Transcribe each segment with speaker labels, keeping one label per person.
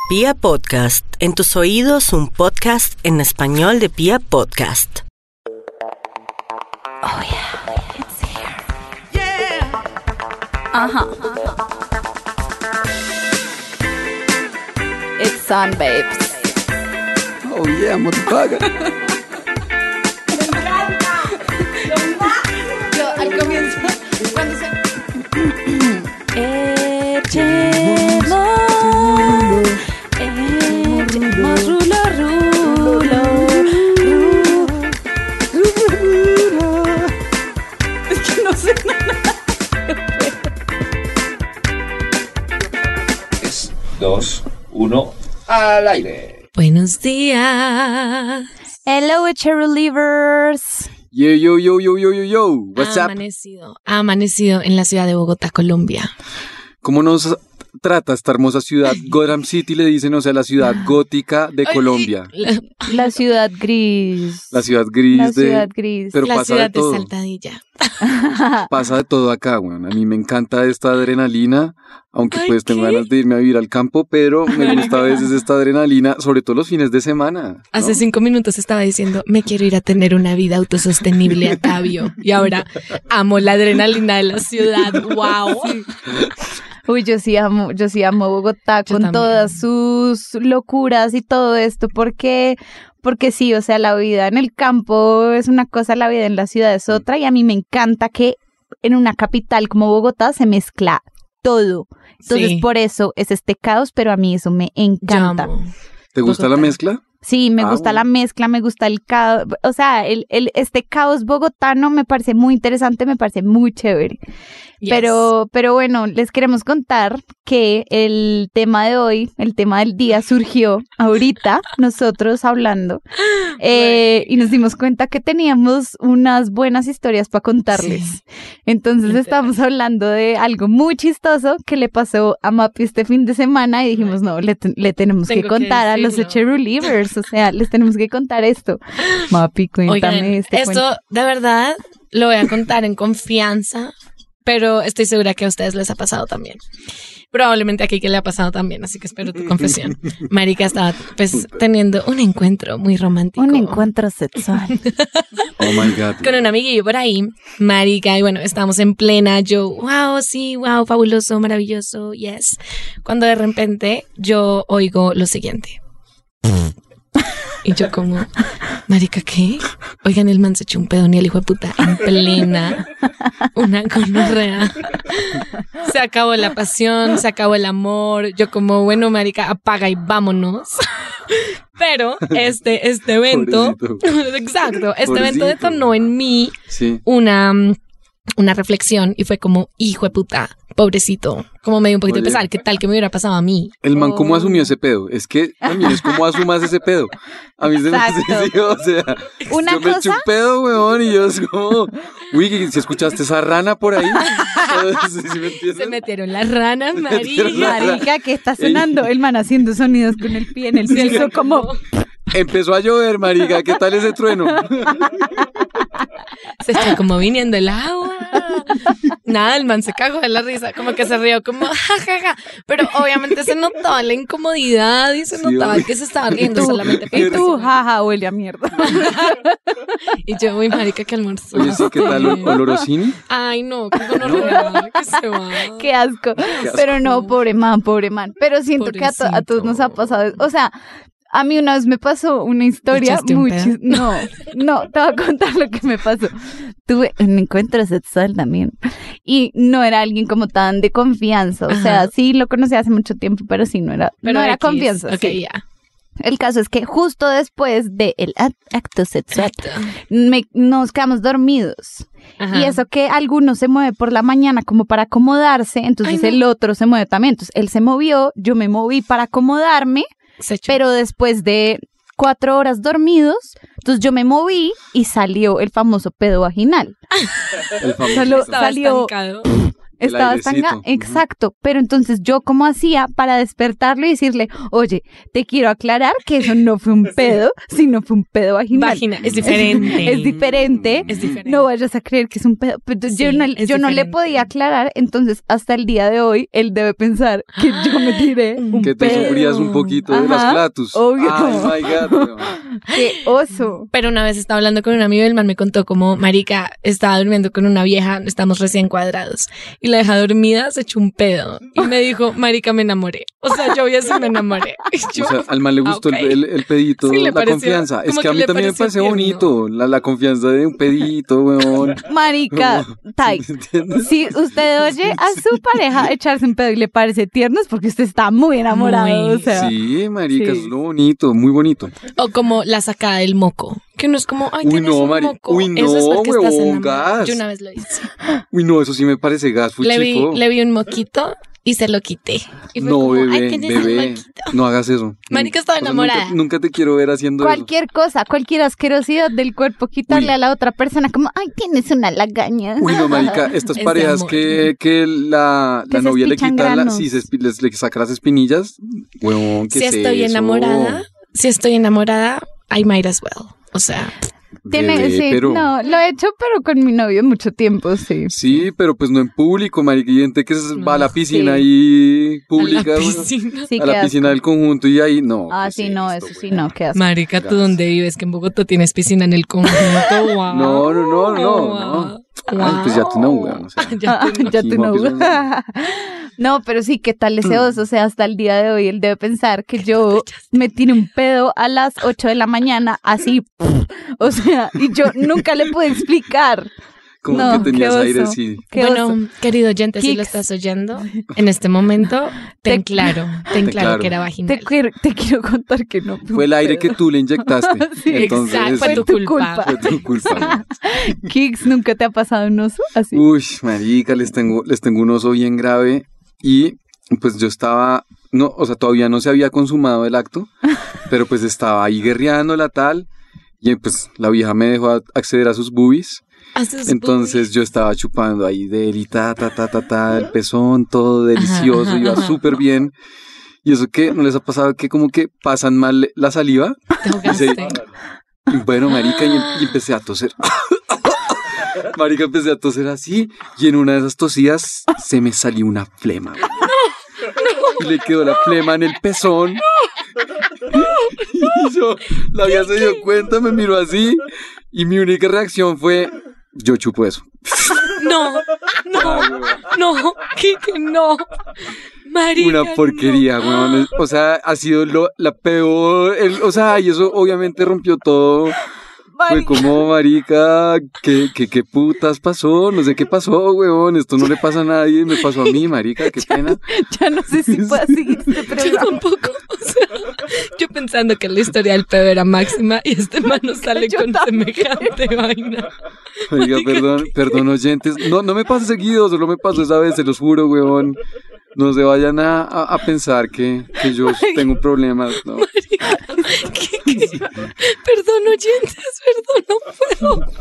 Speaker 1: Pia Podcast, en tus oídos un podcast en español de Pia Podcast.
Speaker 2: Oh yeah, it's here. Yeah. It's on, babes.
Speaker 3: Oh yeah, motherfucker.
Speaker 2: Yo al comienzo, cuando se... Echemos rulo, Es que no sé nada.
Speaker 4: 3, 2, 1, al aire.
Speaker 5: Buenos días.
Speaker 2: Hello, Cherulivers.
Speaker 3: Yo. What's up?
Speaker 5: Ha amanecido en la ciudad de Bogotá, Colombia.
Speaker 3: ¿Cómo nos trata esta hermosa ciudad? Gotham City le dicen, o sea, la ciudad gótica de Colombia.
Speaker 2: La ciudad gris.
Speaker 3: La ciudad gris
Speaker 2: La ciudad gris.
Speaker 3: Pero
Speaker 5: la
Speaker 3: pasa
Speaker 5: ciudad
Speaker 3: de todo.
Speaker 5: de Saltadilla.
Speaker 3: Pasa de todo acá, bueno. A mí me encanta esta adrenalina, aunque
Speaker 5: Ay,
Speaker 3: pues tengo
Speaker 5: ¿qué?
Speaker 3: ganas de irme a vivir al campo, pero me gusta a veces esta adrenalina, sobre todo los fines de semana, ¿no?
Speaker 5: Hace 5 minutos estaba diciendo, me quiero ir a tener una vida autosostenible a Tabio. Y ahora amo la adrenalina de la ciudad. ¡Wow!
Speaker 2: Uy, yo sí amo Bogotá
Speaker 5: Yo
Speaker 2: con
Speaker 5: también.
Speaker 2: todas sus locuras y todo esto, porque sí, o sea, la vida en el campo es una cosa, la vida en la ciudad es otra, y a mí me encanta que en una capital como Bogotá se mezcla todo. Entonces,
Speaker 5: Sí.
Speaker 2: por eso es este caos, pero a mí eso me encanta.
Speaker 5: Yo amo.
Speaker 3: ¿Te gusta la
Speaker 5: Bogotá.
Speaker 3: mezcla?
Speaker 2: Sí, me gusta
Speaker 3: bueno.
Speaker 2: la mezcla, me gusta el caos, o sea, este caos bogotano me parece muy interesante, me parece muy chévere.
Speaker 5: Yes.
Speaker 2: Pero bueno, les queremos contar que el tema de hoy, el tema del día surgió ahorita, nosotros hablando, y nos dimos cuenta que teníamos unas buenas historias para contarles.
Speaker 5: Sí.
Speaker 2: Entonces
Speaker 5: Literal.
Speaker 2: estamos hablando de algo muy chistoso que le pasó a Mapi este fin de semana y dijimos, no, le tenemos que
Speaker 5: Tengo que
Speaker 2: contar a los
Speaker 5: decirlo.
Speaker 2: Cherulivers, o sea, les tenemos que contar esto. Mapi, cuéntame
Speaker 5: Oigan,
Speaker 2: este
Speaker 5: esto
Speaker 2: cuento.
Speaker 5: de verdad lo voy a contar en confianza, pero estoy segura que a ustedes les ha pasado también. Probablemente aquí que le ha pasado también, así que espero tu confesión. Marica estaba pues teniendo un encuentro muy romántico.
Speaker 2: Un encuentro sexual.
Speaker 3: Oh my God.
Speaker 5: Con un amiguillo por ahí, marica, y bueno, estábamos en plena, yo, wow, sí, wow, fabuloso, maravilloso, yes. Cuando de repente yo oigo lo siguiente. Y yo como, marica, ¿qué? Oigan, el man se echó un pedo ni el hijo de puta en plena, una gonorrea. Se acabó la pasión, se acabó el amor. Yo como, bueno, marica, apaga y vámonos. Pero este evento,
Speaker 3: Pobrecito.
Speaker 5: exacto, este
Speaker 3: Pobrecito.
Speaker 5: evento detonó en mí
Speaker 3: Sí.
Speaker 5: una reflexión y fue como, hijo de puta, pobrecito. Como me dio un poquito de
Speaker 3: Oye.
Speaker 5: pesar, ¿qué tal que me hubiera pasado a mí?
Speaker 3: El man, ¿cómo
Speaker 2: Oh.
Speaker 3: asumió ese pedo? Es que también es como asumas ese pedo. A mí se me hace,
Speaker 2: Exacto.
Speaker 3: sí, o sea,
Speaker 2: Una
Speaker 3: yo me eché un
Speaker 2: cosa-
Speaker 3: pedo, weón, y yo es como, uy, si escuchaste esa rana por ahí. ¿Sí me entiendes?
Speaker 5: Se metieron las ranas,
Speaker 3: metieron
Speaker 5: marica.
Speaker 3: las
Speaker 2: Marica, ¿qué está sonando? El man haciendo sonidos con el pie en el piso, como...
Speaker 3: Empezó a llover, marica, ¿qué tal ese trueno?
Speaker 5: Se está como viniendo el agua. Nada, el man se cagó de la risa, como que se rió como jajaja. Pero obviamente se notaba la incomodidad y se
Speaker 3: Sí,
Speaker 5: notaba
Speaker 3: obvio.
Speaker 5: que se estaba riendo solamente por
Speaker 2: Y tú,
Speaker 5: eso.
Speaker 2: jaja, huele a mierda.
Speaker 5: Y yo, uy, marica, que almorzó.
Speaker 3: Oye, sí, ¿qué tal Olorosini?
Speaker 5: Ay, no, que gonorrea, que se va.
Speaker 2: Qué asco. Pero no, pobre man. Pero siento que a todos nos ha pasado. O sea, a mí una vez me pasó una historia
Speaker 5: ¿Echaste un
Speaker 2: muy
Speaker 5: pedo?
Speaker 2: No, te voy a contar lo que me pasó. Tuve un encuentro sexual también. Y no era alguien como tan de confianza. O sea,
Speaker 5: Ajá.
Speaker 2: sí lo conocí hace mucho tiempo, pero sí no era
Speaker 5: X.
Speaker 2: confianza.
Speaker 5: Ok,
Speaker 2: sí.
Speaker 5: ya.
Speaker 2: El caso es que justo después del acto sexual
Speaker 5: Exacto.
Speaker 2: nos quedamos dormidos.
Speaker 5: Ajá.
Speaker 2: Y eso que alguno se mueve por la mañana como para acomodarse, entonces
Speaker 5: Ay, no.
Speaker 2: el otro se mueve también. Entonces él se movió, yo me moví para acomodarme,
Speaker 5: Se echó.
Speaker 2: pero después de 4 horas dormidos, entonces yo me moví y salió el famoso pedo vaginal.
Speaker 3: El famoso.
Speaker 2: Solo-
Speaker 5: estaba
Speaker 2: salió-
Speaker 5: estancado.
Speaker 2: Estabas tan exacto, pero entonces yo cómo hacía para despertarlo y decirle, oye, te quiero aclarar que eso no fue un pedo, sino fue un pedo vaginal.
Speaker 5: Vagina, es diferente.
Speaker 2: Es diferente. No vayas a creer que es un pedo. Pero
Speaker 5: Sí,
Speaker 2: yo no le podía aclarar, entonces hasta el día de hoy él debe pensar que yo me tiré un
Speaker 3: Que te
Speaker 2: pedo.
Speaker 3: sufrías un poquito de las platus.
Speaker 2: Obvio.
Speaker 3: Ay, my God. No.
Speaker 2: ¡Qué oso!
Speaker 5: Pero una vez estaba hablando con un amigo y el man me contó como, marica, estaba durmiendo con una vieja, estamos recién cuadrados, y la deja dormida, se echó un pedo. Y me dijo, marica, me enamoré. O sea, yo vi así me enamoré. Y yo,
Speaker 3: O sea, al man le gustó
Speaker 5: ok.
Speaker 3: el pedito,
Speaker 5: Sí, le
Speaker 3: la
Speaker 5: pareció-
Speaker 3: confianza. Es
Speaker 5: como
Speaker 3: que a
Speaker 5: que
Speaker 3: mí
Speaker 5: le
Speaker 3: también me
Speaker 5: pareció
Speaker 3: parece
Speaker 5: tierno.
Speaker 3: bonito la confianza de un pedito, weón.
Speaker 2: Marica, Tai,
Speaker 3: ¿Entiendes?
Speaker 2: si usted oye a su pareja echarse un pedo y le parece tierno es porque usted está muy enamorado,
Speaker 5: Muy.
Speaker 2: o sea.
Speaker 3: Sí, marica,
Speaker 2: Sí.
Speaker 3: es lo bonito, muy bonito.
Speaker 5: O como la sacada del moco. Que uno es como, ay,
Speaker 3: Uy,
Speaker 5: tienes
Speaker 3: no,
Speaker 5: un
Speaker 3: Mari.
Speaker 5: moco.
Speaker 3: Uy, no,
Speaker 5: Eso es porque estás
Speaker 3: huevón,
Speaker 5: enamorado.
Speaker 3: gas.
Speaker 5: Yo una vez lo hice.
Speaker 3: Uy, no, eso sí me parece gas,
Speaker 5: Le
Speaker 3: fuchifo.
Speaker 5: vi un moquito y se lo quité. Y fue
Speaker 3: No,
Speaker 5: como, ay,
Speaker 3: bebé,
Speaker 5: tienes un
Speaker 3: bebé,
Speaker 5: moquito.
Speaker 3: no hagas eso.
Speaker 5: Marica, estaba
Speaker 3: O sea,
Speaker 5: enamorada.
Speaker 3: Nunca te quiero ver haciendo
Speaker 2: Cualquier cosa, cualquier asquerosidad del cuerpo, quitarle
Speaker 3: Uy.
Speaker 2: a la otra persona como, ay, tienes una lagaña.
Speaker 3: eso. Uy, no, marica, estas
Speaker 5: Es de
Speaker 3: parejas
Speaker 5: amor.
Speaker 3: que la
Speaker 2: Que se
Speaker 3: novia le
Speaker 2: espichan
Speaker 3: quita,
Speaker 2: granos.
Speaker 3: sí, le saca las espinillas, huevón, ¿qué
Speaker 5: Si
Speaker 3: es
Speaker 5: estoy
Speaker 3: eso?
Speaker 5: enamorada, I might as well. O sea,
Speaker 2: Tiene,
Speaker 3: Bebé,
Speaker 2: sí,
Speaker 3: pero...
Speaker 2: no, lo he hecho, pero con mi novio mucho tiempo, sí.
Speaker 3: Sí, pero pues no en público, marica. Y gente que va a la piscina
Speaker 2: Sí.
Speaker 3: ahí
Speaker 5: a
Speaker 3: pública,
Speaker 5: la
Speaker 3: bueno,
Speaker 5: piscina.
Speaker 2: Sí,
Speaker 3: a la
Speaker 2: qué
Speaker 3: piscina
Speaker 2: asco.
Speaker 3: del conjunto y ahí no.
Speaker 2: Ah,
Speaker 3: ¿qué
Speaker 2: sí,
Speaker 3: es
Speaker 2: no,
Speaker 3: esto,
Speaker 2: eso sí,
Speaker 3: weón?
Speaker 2: no, qué asco.
Speaker 5: Marica, ¿tú
Speaker 3: Gas.
Speaker 5: dónde vives? Que en Bogotá tienes piscina en el conjunto. Wow.
Speaker 3: No. Ay, pues ya tú no, weón. O sea,
Speaker 5: Ya tú no.
Speaker 2: Ya
Speaker 3: aquí
Speaker 2: tú no.
Speaker 3: Mopis, no.
Speaker 2: No, pero sí, ¿qué tal ese oso? O sea, hasta el día de hoy él debe pensar que yo me tiré un pedo a las 8 de la mañana, así, o sea, y yo nunca le pude explicar.
Speaker 3: Como
Speaker 2: No,
Speaker 3: que tenías
Speaker 2: qué
Speaker 3: aire,
Speaker 2: oso.
Speaker 3: sí.
Speaker 2: Qué oso.
Speaker 5: Bueno, querido oyente, si lo
Speaker 2: Kicks.
Speaker 5: estás oyendo, en este momento, ten claro
Speaker 3: claro.
Speaker 5: que era vaginal.
Speaker 2: Te quiero contar que no.
Speaker 3: Fue el aire que tú le inyectaste.
Speaker 2: Sí,
Speaker 3: Entonces,
Speaker 5: exacto, fue
Speaker 3: sí,
Speaker 5: tu
Speaker 2: tu
Speaker 5: culpa.
Speaker 2: culpa.
Speaker 3: fue tu culpa.
Speaker 2: Kicks, ¿nunca te ha pasado un oso así?
Speaker 3: Uy, marica, les tengo un oso bien grave y pues yo estaba, no, o sea, todavía no se había consumado el acto, pero pues estaba ahí guerreándola tal y pues la vieja me dejó acceder a sus boobies. Entonces yo estaba chupando ahí de él y el pezón, todo delicioso,
Speaker 5: Ajá,
Speaker 3: iba
Speaker 5: ajá.
Speaker 3: súper bien. Y eso que no les ha pasado que como que pasan mal la saliva.
Speaker 5: Te ahogaste.
Speaker 3: Y bueno, marica, y empecé a toser. Marica, empecé a toser así y en una de esas tosidas se me salió una flema. Y le quedó la flema en el pezón. Y yo, la vieja se dio cuenta, me miró así y mi única reacción fue, yo chupo eso.
Speaker 5: No, Kike, no. Marica,
Speaker 3: Una porquería,
Speaker 5: no.
Speaker 3: weón. O sea, ha sido la peor. O sea, y eso obviamente rompió todo. Fue como, marica, ¿qué putas pasó? No sé qué pasó, weón. Esto no le pasa a nadie. Me pasó a mí, marica. Qué pena.
Speaker 2: Ya no sé si puedo seguir este
Speaker 5: Yo
Speaker 2: programa.
Speaker 5: tampoco, o sea, yo pensando que la historia del pedo era máxima y este man no sale
Speaker 2: Yo
Speaker 5: con
Speaker 2: también.
Speaker 5: semejante vaina.
Speaker 3: Oiga, perdón, oyentes. No me pasa seguido, solo me pasó esa vez, se los juro, weón. No se vayan a pensar que yo tengo problemas, ¿no?
Speaker 5: ¿Qué? Perdón, oyentes, perdón, no puedo.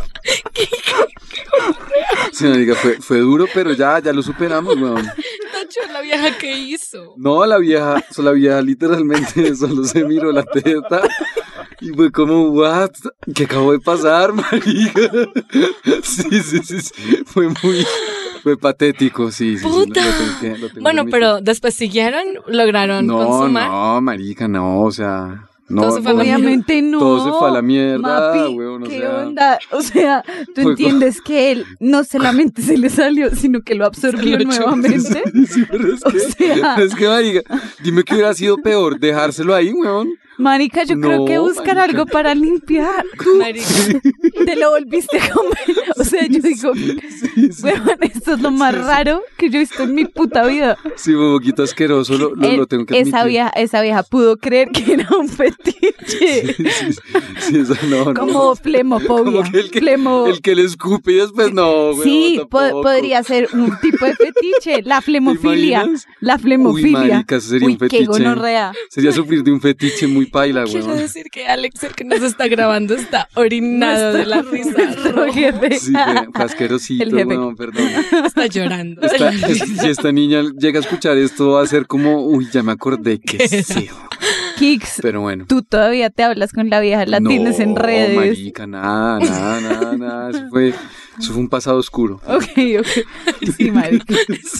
Speaker 3: Sí, marica, fue duro, pero ya lo superamos, weón.
Speaker 5: Nacho, la vieja que hizo.
Speaker 3: No, la vieja literalmente solo se miró la teta y fue como, what, ¿qué acabó de pasar, marica? Sí, fue patético, sí.
Speaker 5: Puta.
Speaker 3: Lo tengo que
Speaker 5: Bueno,
Speaker 3: admitir.
Speaker 5: pero después siguieron, lograron consumar.
Speaker 3: No, marica, no, o sea, no.
Speaker 5: Todo se fue a la
Speaker 2: Obviamente no.
Speaker 3: Todo se fue a la mierda,
Speaker 2: Mapi,
Speaker 3: weón, o
Speaker 2: ¿qué
Speaker 3: sea.
Speaker 2: onda? O sea, tú
Speaker 3: Fue
Speaker 2: entiendes que él no solamente se le salió, sino que lo absorbió
Speaker 5: Se lo echó.
Speaker 2: nuevamente.
Speaker 3: Sí, pero es que, marica, dime que hubiera sido peor dejárselo ahí, weón.
Speaker 2: Marica, yo creo
Speaker 3: No,
Speaker 2: que buscar
Speaker 3: marica.
Speaker 2: algo para limpiar.
Speaker 5: Marica,
Speaker 2: Te lo volviste a comer. O sea, yo digo, weón, esto es lo más raro que yo he visto en mi puta vida.
Speaker 3: Sí, fue un poquito asqueroso, lo tengo que admitir.
Speaker 2: Esa vieja pudo creer que era un fetiche.
Speaker 3: Sí, eso no.
Speaker 2: Como flemofobia.
Speaker 3: Como que
Speaker 2: Flemo-
Speaker 3: el que le escupe y después no, güey.
Speaker 2: Sí, podría ser un tipo de fetiche. La flemofilia.
Speaker 3: imaginas?
Speaker 2: La flemofilia.
Speaker 3: Uy, marica, eso sería
Speaker 2: Uy,
Speaker 3: un fetiche.
Speaker 2: qué gonorrea.
Speaker 3: Sería sufrir de un fetiche muy muy paila,
Speaker 5: Quiero
Speaker 3: weón.
Speaker 5: decir que Alex, el que nos está grabando, está orinado de la risa.
Speaker 2: Nuestro jefe.
Speaker 3: Sí, fue asquerosito,
Speaker 2: El jefe.
Speaker 3: weón, perdón.
Speaker 5: Está llorando.
Speaker 3: Si esta niña llega a escuchar esto, va a ser como, uy, ya me acordé que sí.
Speaker 2: Kix,
Speaker 3: Pero bueno.
Speaker 2: tú todavía te hablas con la vieja, la tienes en redes.
Speaker 3: No, marica, nada. Eso fue un pasado oscuro.
Speaker 2: Ok. Sí, marica.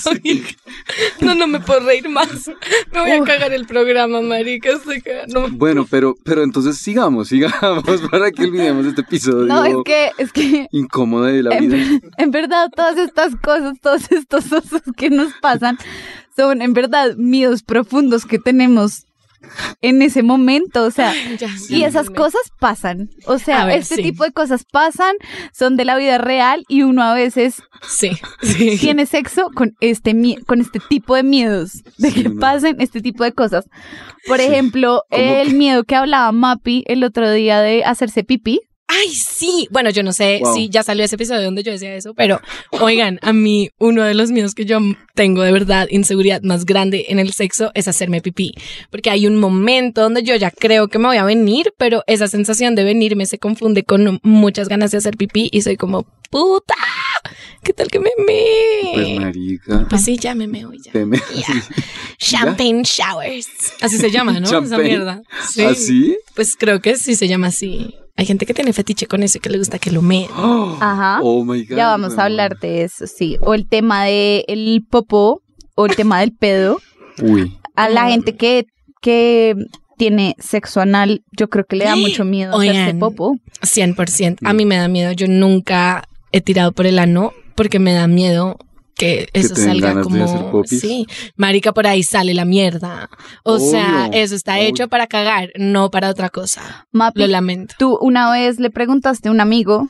Speaker 5: No me puedo reír más. Me voy a cagar el programa, marica. Estoy cagando.
Speaker 3: Bueno, pero entonces sigamos para que olvidemos este episodio
Speaker 2: No, es que
Speaker 3: incómodo de la vida.
Speaker 2: en verdad todas estas cosas, todos estos osos que nos pasan son en verdad miedos profundos que tenemos en ese momento, o sea, y esas cosas pasan, o sea,
Speaker 5: A ver,
Speaker 2: este
Speaker 5: sí.
Speaker 2: tipo de cosas pasan, son de la vida real y uno a veces
Speaker 5: Sí.
Speaker 2: tiene sexo con este tipo de miedos, de
Speaker 3: Sí,
Speaker 2: que
Speaker 3: no.
Speaker 2: pasen este tipo de cosas. Por
Speaker 3: Sí.
Speaker 2: ejemplo,
Speaker 3: ¿Cómo
Speaker 2: el
Speaker 3: que?
Speaker 2: miedo que hablaba Mapi el otro día de hacerse pipí.
Speaker 5: Ay, sí. Bueno, yo no sé
Speaker 3: Wow.
Speaker 5: si ya salió ese episodio donde yo decía eso, pero oigan, a mí uno de los miedos que yo tengo de verdad, inseguridad más grande en el sexo es hacerme pipí. Porque hay un momento donde yo ya creo que me voy a venir, pero esa sensación de venirme se confunde con muchas ganas de hacer pipí y soy como, puta, ¿qué tal que me
Speaker 3: Pues marica.
Speaker 5: Pues sí, ya me meo y ya.
Speaker 3: Teme.
Speaker 5: Champagne showers. Así se llama, ¿no? Esa
Speaker 3: Champagne.
Speaker 5: mierda. Sí.
Speaker 3: ¿Así?
Speaker 5: Pues creo que sí se llama así. Hay gente que tiene fetiche con eso y que le gusta que lo meen.
Speaker 2: Ajá.
Speaker 3: Oh my God.
Speaker 2: Ya vamos a
Speaker 3: weón.
Speaker 2: hablar de eso, sí. O el tema del popó, o el tema del pedo.
Speaker 3: Uy.
Speaker 2: A la gente que tiene sexo anal, yo creo que le da mucho miedo hacerse
Speaker 5: Oigan.
Speaker 2: popó.
Speaker 5: 100%. A mí me da miedo. Yo nunca he tirado por el ano porque me da miedo que eso
Speaker 3: te den
Speaker 5: salga
Speaker 3: ganas de hacer
Speaker 5: como...
Speaker 3: popis.
Speaker 5: Sí, marica, por ahí sale la mierda. O
Speaker 3: Obvio,
Speaker 5: sea, eso está
Speaker 3: obvio.
Speaker 5: hecho para cagar, no para otra cosa.
Speaker 2: Mapi,
Speaker 5: Lo lamento.
Speaker 2: tú una vez le preguntaste a un amigo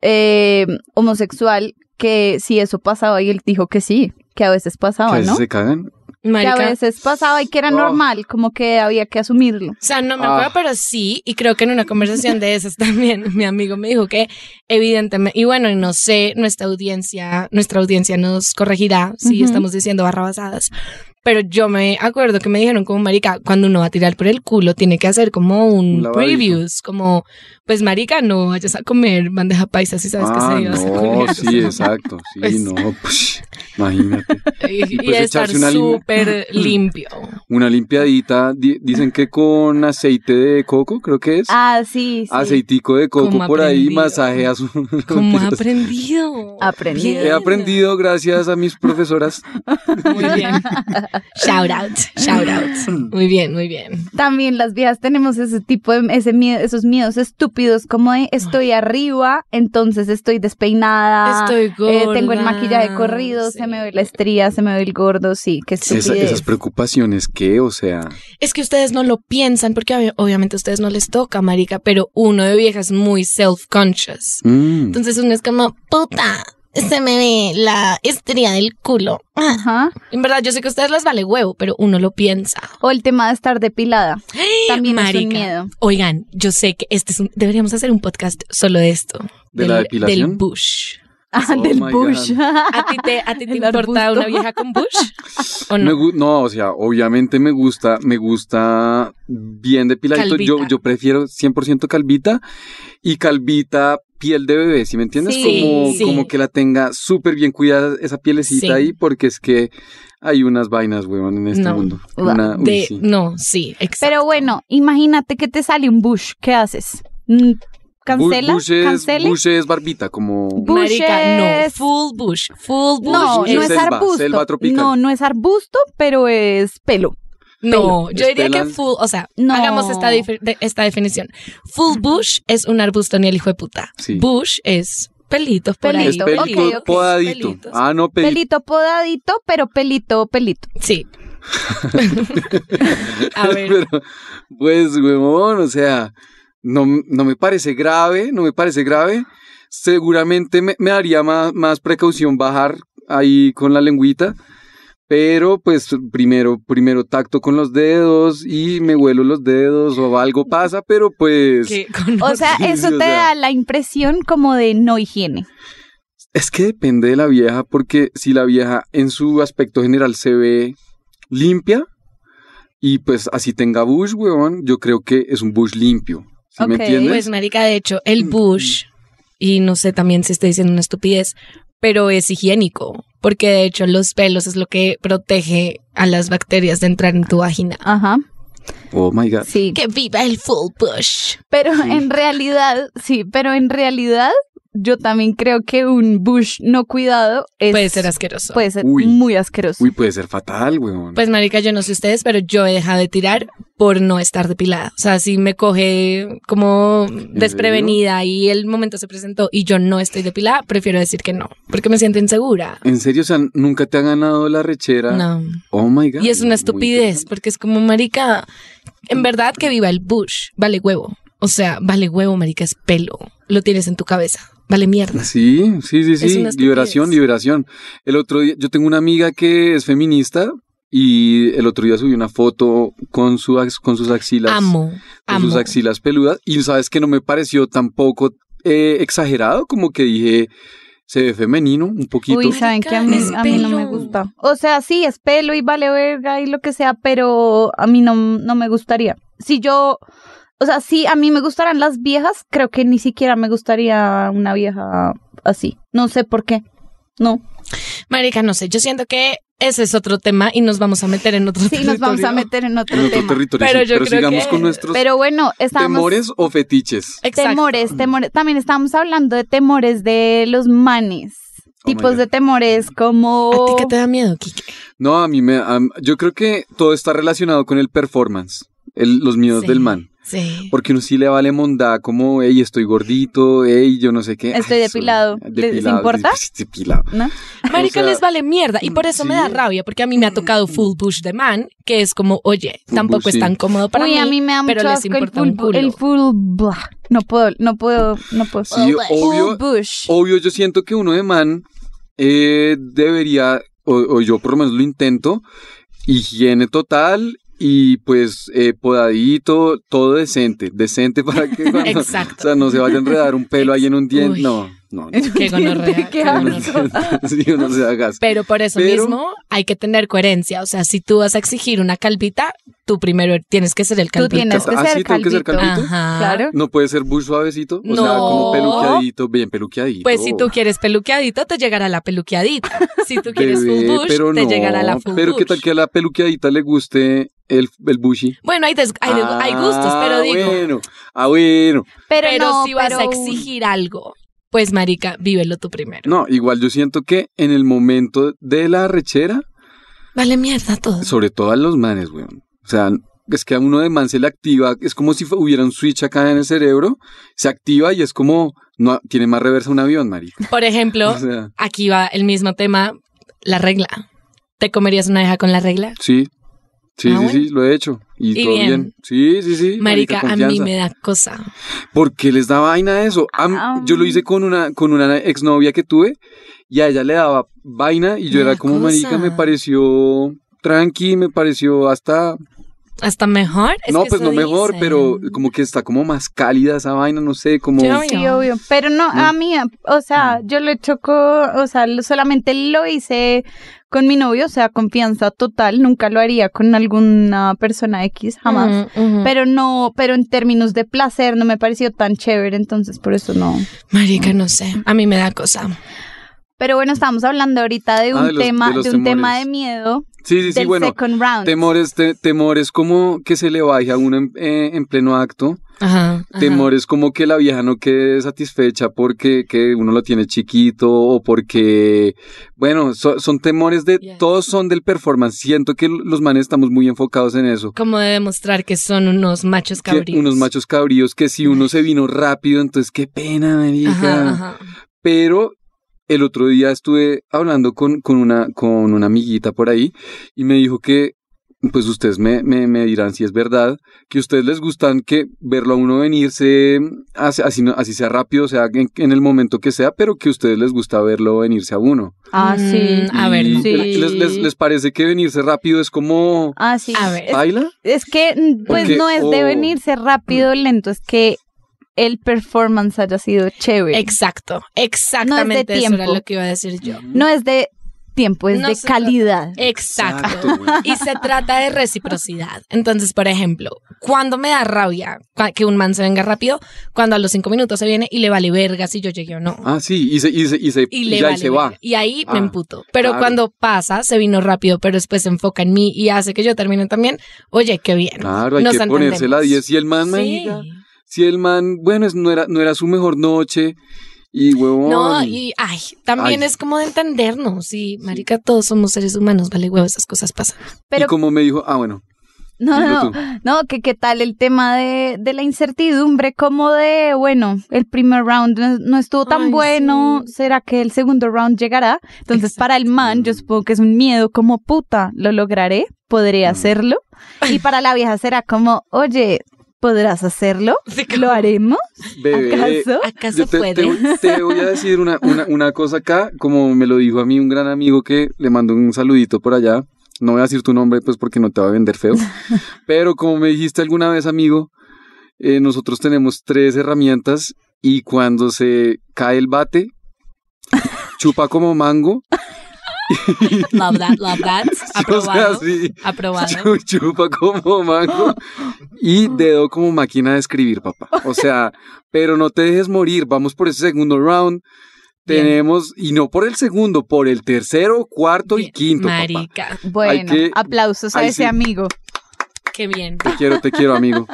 Speaker 2: homosexual que si eso pasaba y él dijo que sí, que a veces
Speaker 3: ¿Que
Speaker 2: pasaba,
Speaker 3: a veces
Speaker 2: ¿no?
Speaker 3: se cagan?
Speaker 2: Que a
Speaker 5: Marica,
Speaker 2: veces pasaba y que era
Speaker 3: Oh.
Speaker 2: normal, como que había que asumirlo.
Speaker 5: o sea, no me acuerdo, pero sí, y creo que en una conversación de esas también mi amigo me dijo que evidentemente, y bueno, y no sé, nuestra audiencia nos corregirá si
Speaker 2: Ujú.
Speaker 5: estamos diciendo barrabasadas, pero yo me acuerdo que me dijeron como marica, cuando uno va a tirar por el culo tiene que hacer como
Speaker 3: Un
Speaker 5: un
Speaker 3: lavadito.
Speaker 5: previews, como pues marica, no vayas a comer bandeja paisa si sabes que se iba a hacer
Speaker 3: no,
Speaker 5: culiar,
Speaker 3: sí,
Speaker 5: o sea,
Speaker 3: exacto. Sí,
Speaker 5: Pues-
Speaker 3: no, pues, imagínate.
Speaker 5: y
Speaker 3: pues
Speaker 5: estar
Speaker 3: echarse una
Speaker 5: súper limpio.
Speaker 3: Una limpiadita, dicen que con aceite de coco, creo que es.
Speaker 2: Ah, sí, sí.
Speaker 3: Aceitico de coco
Speaker 5: Como
Speaker 3: por ahí,
Speaker 5: aprendido.
Speaker 3: masaje a su...
Speaker 5: ¿Cómo ha aprendido?
Speaker 2: Aprendido.
Speaker 3: He aprendido gracias a mis profesoras.
Speaker 5: Muy bien. Shout out. Muy bien, muy bien.
Speaker 2: También las viejas tenemos ese tipo de esos miedos estúpidos como de estoy arriba, entonces estoy despeinada,
Speaker 5: Estoy gorda.
Speaker 2: tengo el maquillaje corrido,
Speaker 5: sí.
Speaker 2: se me ve la estría, se me ve el gordo, sí, qué estupidez.
Speaker 3: Esas preocupaciones que, o sea...
Speaker 5: Es que ustedes no lo piensan porque obviamente a ustedes no les toca, marica, pero uno de vieja es muy self-conscious. Entonces uno es como, puta, se me ve la estría del culo.
Speaker 2: Ajá.
Speaker 5: En verdad, yo sé que a ustedes les vale huevo, pero uno lo piensa.
Speaker 2: O el tema de estar depilada, también es un
Speaker 5: Marica,
Speaker 2: miedo.
Speaker 5: Oigan, yo sé que deberíamos hacer un podcast solo de esto.
Speaker 3: ¿De la depilación?
Speaker 5: Del bush.
Speaker 2: Ah,
Speaker 3: Oh
Speaker 2: del
Speaker 3: my
Speaker 2: bush.
Speaker 5: ¿A ti te
Speaker 2: El
Speaker 5: importa
Speaker 2: arbusto.
Speaker 5: una vieja con bush? ¿O no?
Speaker 3: No, o sea, obviamente me gusta bien depiladito.
Speaker 5: Calvita.
Speaker 3: Yo prefiero 100% calvita y calvita piel de bebé, ¿sí me entiendes?
Speaker 2: Sí,
Speaker 5: sí.
Speaker 3: Como que la tenga súper bien cuidada esa pielecita
Speaker 5: Sí.
Speaker 3: ahí, porque es que hay unas vainas, weón, en este
Speaker 5: No.
Speaker 3: mundo. Sí.
Speaker 5: No, sí, exacto.
Speaker 2: Pero bueno, imagínate que te sale un bush, ¿qué haces? ¿Cancela? ¿Cancele?
Speaker 3: Bush es barbita, como...
Speaker 2: Bush
Speaker 5: Marica, no,
Speaker 2: es-
Speaker 5: full bush.
Speaker 2: No,
Speaker 3: Bush
Speaker 2: no
Speaker 3: es
Speaker 2: es
Speaker 3: selva,
Speaker 2: arbusto.
Speaker 3: selva tropical.
Speaker 2: No es arbusto, pero es pelo.
Speaker 5: No, yo diría
Speaker 3: Espelan.
Speaker 5: que full, o sea,
Speaker 2: No.
Speaker 5: hagamos esta definición. Full bush es un arbusto ni el hijo de puta.
Speaker 3: Sí.
Speaker 5: Bush es pelitos por ahí.
Speaker 3: Es pelito
Speaker 2: ok, ok.
Speaker 3: podadito.
Speaker 5: Pelitos.
Speaker 3: Ah, no, pelito.
Speaker 2: Pelito podadito, pero pelito.
Speaker 5: Sí. A ver.
Speaker 3: Pero, pues, huevón, o sea, no me parece grave, Seguramente me daría más precaución bajar ahí con la lengüita, pero pues primero tacto con los dedos y me huelo los dedos o algo pasa, pero pues
Speaker 5: que con-
Speaker 2: O sea,
Speaker 3: Sí,
Speaker 2: eso
Speaker 3: sí, o
Speaker 2: te
Speaker 3: sea.
Speaker 2: da la impresión como de no higiene.
Speaker 3: es que depende de la vieja, porque si la vieja en su aspecto general se ve limpia Y pues así tenga bush, weón, yo creo que es un bush limpio. ¿Sí me
Speaker 2: Ok.
Speaker 3: entiendes?
Speaker 5: Pues, marica, de hecho, el bush, y no sé también si estoy diciendo una estupidez, pero es higiénico, porque de hecho los pelos es lo que protege a las bacterias de entrar en tu vagina.
Speaker 2: Ajá,
Speaker 3: Oh my God.
Speaker 2: sí.
Speaker 5: ¡Que viva el full bush!
Speaker 2: Pero en realidad, yo también creo que un bush no cuidado
Speaker 5: Puede ser asqueroso.
Speaker 2: puede ser
Speaker 3: Uy.
Speaker 2: muy asqueroso.
Speaker 3: Uy, puede ser fatal, weón.
Speaker 5: Pues, marica, yo no sé ustedes, pero yo he dejado de tirar por no estar depilada. O sea, si me coge como desprevenida y el momento se presentó y yo no estoy depilada, prefiero decir que no, porque me siento insegura.
Speaker 3: ¿En serio? O sea, ¿nunca te ha ganado la rechera?
Speaker 5: No.
Speaker 3: Oh my God.
Speaker 5: Y es una
Speaker 3: Muy
Speaker 5: estupidez,
Speaker 3: interesante.
Speaker 5: porque es como, marica, en verdad que viva el bush, vale huevo. O sea, vale huevo, marica, es pelo. Lo tienes en tu cabeza. Vale mierda.
Speaker 3: Sí.
Speaker 5: una estupidez.
Speaker 3: Liberación. El otro día, yo tengo una amiga que es feminista y el otro día subió una foto con sus axilas.
Speaker 5: Amo.
Speaker 3: Con sus axilas peludas. Y sabes que no me pareció tampoco exagerado, como que dije, se ve femenino un poquito.
Speaker 2: Uy, saben que a mí
Speaker 5: Es
Speaker 2: no me
Speaker 5: pelo.
Speaker 2: gusta. O sea, sí, es pelo y vale verga y lo que sea, pero a mí no me gustaría. O sea, si a mí me gustaran las viejas, creo que ni siquiera me gustaría una vieja así. No sé por qué. No.
Speaker 5: Marica, no sé, yo siento que ese es otro tema y nos vamos a meter en otro
Speaker 2: Sí,
Speaker 5: territorio.
Speaker 2: nos vamos a meter en otro
Speaker 3: en otro
Speaker 2: tema.
Speaker 3: territorio.
Speaker 5: Pero
Speaker 3: sí.
Speaker 5: yo
Speaker 3: Pero
Speaker 5: creo
Speaker 3: sigamos
Speaker 5: que-
Speaker 3: con nuestros
Speaker 2: Pero bueno, estábamos...
Speaker 3: temores o fetiches.
Speaker 5: Exacto.
Speaker 2: Temores. También estábamos hablando de temores de los manes.
Speaker 3: Oh my
Speaker 2: Tipos
Speaker 3: God.
Speaker 2: de temores como...
Speaker 5: ¿A ti qué te da miedo, Kike?
Speaker 3: No, yo creo que todo está relacionado con el performance, los miedos
Speaker 5: Sí.
Speaker 3: del man.
Speaker 5: Sí.
Speaker 3: Porque uno sí le vale mondá como, hey, estoy gordito, hey, yo no sé qué.
Speaker 2: Estoy
Speaker 3: Ay,
Speaker 2: depilado. ¿Les importa?
Speaker 3: sí, depilado.
Speaker 2: ¿No?
Speaker 5: Marica,
Speaker 3: O sea,
Speaker 5: les vale mierda. Y por eso me da
Speaker 3: sí.
Speaker 5: rabia, porque a mí me ha tocado full bush de man, que es como, oye,
Speaker 3: Full
Speaker 5: tampoco
Speaker 3: bush,
Speaker 5: es
Speaker 3: sí.
Speaker 5: tan cómodo para
Speaker 2: Uy,
Speaker 5: mí,
Speaker 2: a mí me da
Speaker 5: pero
Speaker 2: mucho
Speaker 5: les
Speaker 2: asco
Speaker 5: importa un culo.
Speaker 2: el full blah. No puedo.
Speaker 3: Sí, obvio,
Speaker 2: Full bush.
Speaker 3: obvio, yo siento que uno de man debería, o yo por lo menos lo intento, higiene total y pues podadito, todo decente para que cuando,
Speaker 5: Exacto.
Speaker 3: o sea, no se vaya a enredar un pelo ahí en un diente,
Speaker 5: Uy.
Speaker 3: no.
Speaker 5: Qué gonorrea,
Speaker 2: Qué
Speaker 5: qué
Speaker 2: asco.
Speaker 5: gonorrea.
Speaker 3: Sí, uno se haga.
Speaker 5: Pero por eso
Speaker 3: Pero-
Speaker 5: mismo hay que tener coherencia. O sea, si tú vas a exigir una calvita, tú primero tienes que ser el
Speaker 2: Tú
Speaker 5: calvito.
Speaker 2: tienes que
Speaker 3: Ah,
Speaker 2: ser
Speaker 3: sí, tengo que ser
Speaker 2: calvito.
Speaker 3: calvito.
Speaker 5: Ajá.
Speaker 2: Claro.
Speaker 3: No puede ser bush suavecito, o sea,
Speaker 5: No.
Speaker 3: como peluqueadito, bien peluqueadito.
Speaker 5: Pues si tú quieres peluqueadito, te llegará la peluqueadita. Si tú quieres
Speaker 3: Bebé,
Speaker 5: full bush,
Speaker 3: pero
Speaker 5: te
Speaker 3: no,
Speaker 5: llegará la full
Speaker 3: pero
Speaker 5: bush.
Speaker 3: qué tal que a la peluqueadita le guste el bushy.
Speaker 5: Bueno, hay gustos, pero digo,
Speaker 3: Bueno.
Speaker 2: Pero no,
Speaker 5: si vas
Speaker 2: pero-
Speaker 5: a exigir algo, pues marica, vívelo tú primero.
Speaker 3: No, igual yo siento que en el momento de la rechera,
Speaker 5: Vale mierda todo.
Speaker 3: sobre todo a los manes, weón. O sea, es que a uno de man se le activa, es como si hubiera un switch acá en el cerebro, se activa y es como, no, tiene más reversa un avión, marica.
Speaker 5: Por ejemplo,
Speaker 3: O sea,
Speaker 5: aquí va el mismo tema, la regla. ¿Te comerías una vieja con la regla?
Speaker 3: sí,
Speaker 5: bueno.
Speaker 3: sí, lo he hecho. Y,
Speaker 5: Y
Speaker 3: todo
Speaker 5: bien.
Speaker 3: bien. Sí.
Speaker 5: Marica, a mí
Speaker 3: confianza.
Speaker 5: me da cosa.
Speaker 3: ¿Por qué les da vaina eso? Yo lo hice con una exnovia que tuve y a ella le daba vaina y yo
Speaker 5: Me
Speaker 3: era
Speaker 5: da
Speaker 3: como,
Speaker 5: cosa.
Speaker 3: marica, me pareció tranqui, me pareció hasta...
Speaker 5: ¿Hasta mejor? Es
Speaker 3: no,
Speaker 5: que
Speaker 3: pues
Speaker 5: eso
Speaker 3: no mejor,
Speaker 5: dicen.
Speaker 3: pero como que está como más cálida esa vaina, no sé, como...
Speaker 5: Sí, obvio.
Speaker 2: Sí, obvio. Pero no, a mí, o sea, yo lo he hecho solamente lo hice con mi novio, o sea, confianza total. Nunca lo haría con alguna persona X, jamás.
Speaker 5: Ujú.
Speaker 2: Pero en términos de placer no me pareció tan chévere, entonces por eso no.
Speaker 5: Marica, no sé. A mí me da cosa.
Speaker 2: Pero bueno, estamos hablando ahorita de un
Speaker 3: de los
Speaker 2: tema
Speaker 3: temores.
Speaker 2: de miedo
Speaker 3: Sí,
Speaker 2: del
Speaker 3: bueno,
Speaker 2: second round.
Speaker 3: temores como que se le baje a uno en pleno acto,
Speaker 5: Ajá.
Speaker 3: temores como que la vieja no quede satisfecha porque que uno lo tiene chiquito o porque, bueno, son temores
Speaker 5: Yes.
Speaker 3: todos son del performance. Siento que los manes estamos muy enfocados en eso.
Speaker 5: Como de demostrar que son unos machos
Speaker 3: Que
Speaker 5: cabríos.
Speaker 3: unos machos cabríos que si uno se vino rápido, entonces qué pena, marica.
Speaker 5: Ajá.
Speaker 3: Pero el otro día estuve hablando con una amiguita por ahí y me dijo que, pues ustedes me dirán si es verdad, que a ustedes les gustan que verlo a uno venirse, así sea rápido, sea en el momento que sea, pero que a ustedes les gusta verlo venirse a uno.
Speaker 2: Ah, sí.
Speaker 5: A ver,
Speaker 3: Y
Speaker 5: no.
Speaker 2: Sí.
Speaker 3: ¿Les parece que venirse rápido es como
Speaker 2: Ah, sí.
Speaker 5: A ver.
Speaker 3: baila?
Speaker 2: Es que, pues
Speaker 3: Porque-
Speaker 2: no es de venirse rápido o lento, es que el performance haya sido chévere.
Speaker 5: Exacto. Exactamente eso era
Speaker 2: tiempo.
Speaker 5: lo que iba a decir yo.
Speaker 2: No es de tiempo, es
Speaker 5: No
Speaker 2: de
Speaker 5: se
Speaker 2: calidad.
Speaker 5: Exacto.
Speaker 3: güey.
Speaker 5: Y se trata de reciprocidad. Entonces, por ejemplo, cuando me da rabia que un man se venga rápido, cuando a los 5 minutos se viene y le vale verga si yo llegué o no.
Speaker 3: Ah, sí, y
Speaker 5: Y
Speaker 3: ya
Speaker 5: vale
Speaker 3: se va.
Speaker 5: verga. Y ahí me
Speaker 3: Ah,
Speaker 5: emputo. Pero
Speaker 3: claro.
Speaker 5: cuando pasa, se vino rápido, pero después se enfoca en mí y hace que yo termine también. Oye, qué bien.
Speaker 3: Claro, hay
Speaker 5: Nos
Speaker 3: que ponerse la
Speaker 5: entendemos.
Speaker 3: 10. Si el man,
Speaker 5: Sí.
Speaker 3: marica, si el man, bueno, no era su mejor noche y huevón.
Speaker 5: No, y también
Speaker 3: Ay.
Speaker 5: es como de entendernos. Sí, marica, todos somos seres humanos, vale huevo, esas cosas pasan.
Speaker 2: Pero
Speaker 3: Y como me dijo, bueno,
Speaker 2: no,
Speaker 3: dilo
Speaker 2: no,
Speaker 3: tú.
Speaker 2: no, que qué tal el tema de la incertidumbre, como de, bueno, el primer round no estuvo tan
Speaker 5: Ay,
Speaker 2: bueno,
Speaker 5: sí.
Speaker 2: ¿será que el segundo round llegará? Entonces,
Speaker 5: Exacto.
Speaker 2: para el man, yo supongo que es un miedo como, puta, ¿lo lograré? ¿Podré hacerlo? Y para la vieja será como, oye, ¿podrás hacerlo?
Speaker 5: Sí,
Speaker 2: ¿Lo haremos?
Speaker 3: Bebé,
Speaker 2: ¿Acaso?
Speaker 5: ¿Acaso
Speaker 3: yo
Speaker 5: puede?
Speaker 3: te voy a decir una cosa acá, como me lo dijo a mí un gran amigo que le mandó un saludito por allá. No voy a decir tu nombre, pues, porque no te va a vender feo. Pero como me dijiste alguna vez, amigo, nosotros tenemos 3 herramientas y cuando se cae el bate, chupa como mango.
Speaker 5: Love that. Aprobado.
Speaker 3: O sea, sí,
Speaker 5: Aprobado.
Speaker 3: chupa como mango y dedo como máquina de escribir, papá. O sea, pero no te dejes morir. Vamos por ese segundo round.
Speaker 5: Bien.
Speaker 3: Tenemos, y no por el segundo, por el tercero, cuarto y
Speaker 5: Bien,
Speaker 3: quinto, papá.
Speaker 5: marica,
Speaker 2: Bueno,
Speaker 3: que-
Speaker 2: aplausos a
Speaker 3: ahí
Speaker 2: ese
Speaker 3: sí.
Speaker 2: amigo.
Speaker 5: qué bien.
Speaker 3: Te quiero, amigo.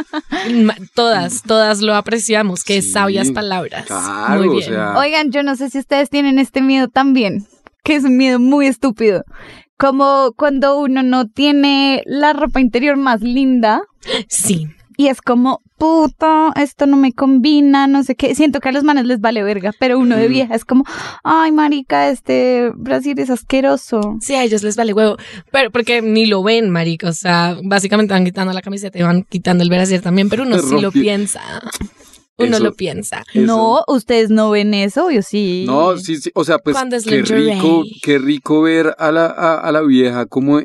Speaker 5: Todas lo apreciamos. Qué
Speaker 3: Sí,
Speaker 5: sabias palabras.
Speaker 3: claro,
Speaker 5: Muy
Speaker 3: o
Speaker 5: bien.
Speaker 3: sea.
Speaker 2: Oigan, yo no sé si ustedes tienen este miedo también, que es un miedo muy estúpido. Como cuando uno no tiene la ropa interior más linda
Speaker 5: Sí.
Speaker 2: y es como, puta, esto no me combina, no sé qué. Siento que a los manes les vale verga, pero uno de vieja es como, ay, marica, este Brasil es asqueroso.
Speaker 5: Sí, a ellos les vale huevo, pero porque ni lo ven, marica, o sea, básicamente van quitando la camiseta y van quitando el brasier también, pero uno
Speaker 3: Me
Speaker 5: sí lo
Speaker 3: rompí.
Speaker 5: piensa, uno
Speaker 3: Eso.
Speaker 5: lo piensa.
Speaker 3: Eso.
Speaker 2: No, ustedes no ven eso, yo sí.
Speaker 3: No, sí, o sea, pues
Speaker 5: Cuando es
Speaker 3: qué
Speaker 5: lingerie.
Speaker 3: qué rico ver a la vieja como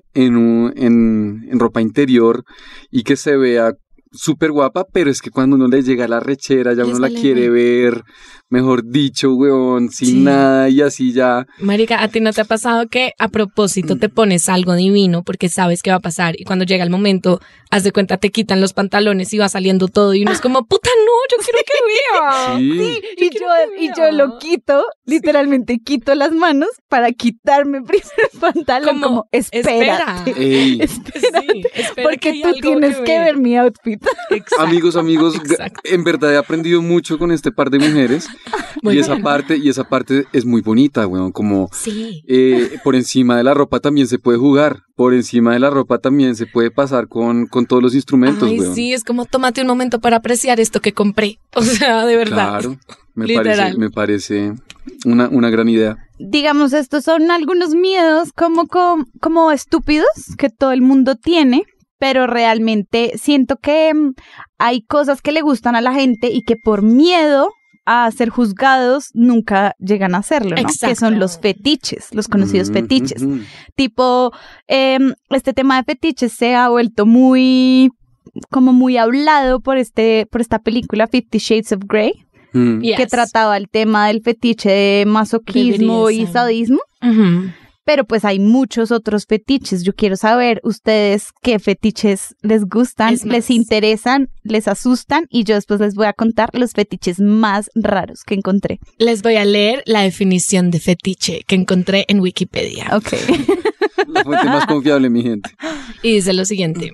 Speaker 3: en ropa interior y que se vea súper guapa, pero es que cuando uno le llega la rechera, ya
Speaker 5: Les
Speaker 3: uno la
Speaker 5: vale
Speaker 3: quiere ver, mejor dicho, weón, sin
Speaker 5: Sí.
Speaker 3: nada y así ya.
Speaker 5: Marica, ¿a ti no te ha pasado que a propósito te pones algo divino porque sabes que va a pasar y cuando llega el momento, haz de cuenta, te quitan los pantalones y va saliendo todo y uno es como, puta, no, yo quiero que vea.
Speaker 3: Sí.
Speaker 2: Y yo lo quito, literalmente quito las manos para quitarme primero el pantalón, como, espérate.
Speaker 3: Ey,
Speaker 5: Sí, espera
Speaker 2: Porque
Speaker 5: hay
Speaker 2: tú
Speaker 5: algo
Speaker 2: tienes que ver mi outfit.
Speaker 5: Exacto.
Speaker 3: amigos,
Speaker 5: Exacto.
Speaker 3: en verdad he aprendido mucho con este par de mujeres
Speaker 5: Muy
Speaker 3: y esa parte es muy bonita, weón, como
Speaker 5: Sí.
Speaker 3: por encima de la ropa también se puede jugar, por encima de la ropa también se puede pasar con todos los instrumentos,
Speaker 5: Ay,
Speaker 3: weón.
Speaker 5: sí, es como tómate un momento para apreciar esto que compré. O sea, de verdad.
Speaker 3: Claro,
Speaker 5: Literal.
Speaker 3: me parece una gran idea.
Speaker 2: Digamos, estos son algunos miedos como estúpidos que todo el mundo tiene, pero realmente siento que hay cosas que le gustan a la gente y que por miedo a ser juzgados nunca llegan a hacerlo, ¿no?
Speaker 5: Exacto.
Speaker 2: Que son los fetiches, los conocidos fetiches.
Speaker 3: Ujú.
Speaker 2: Tipo, este tema de fetiches se ha vuelto muy hablado por esta película 50 Shades of Grey,
Speaker 3: Mm.
Speaker 5: Yes.
Speaker 2: que trataba el tema del fetiche de masoquismo y
Speaker 5: Debería ser.
Speaker 2: sadismo.
Speaker 5: Ujú.
Speaker 2: Pero pues hay muchos otros fetiches. Yo quiero saber ustedes qué fetiches les gustan,
Speaker 5: Es más.
Speaker 2: les interesan, les asustan, y yo después les voy a contar los fetiches más raros que encontré.
Speaker 5: Les voy a leer la definición de fetiche que encontré en Wikipedia.
Speaker 2: Ok.
Speaker 3: La fuente más confiable, mi gente.
Speaker 5: Y dice lo siguiente.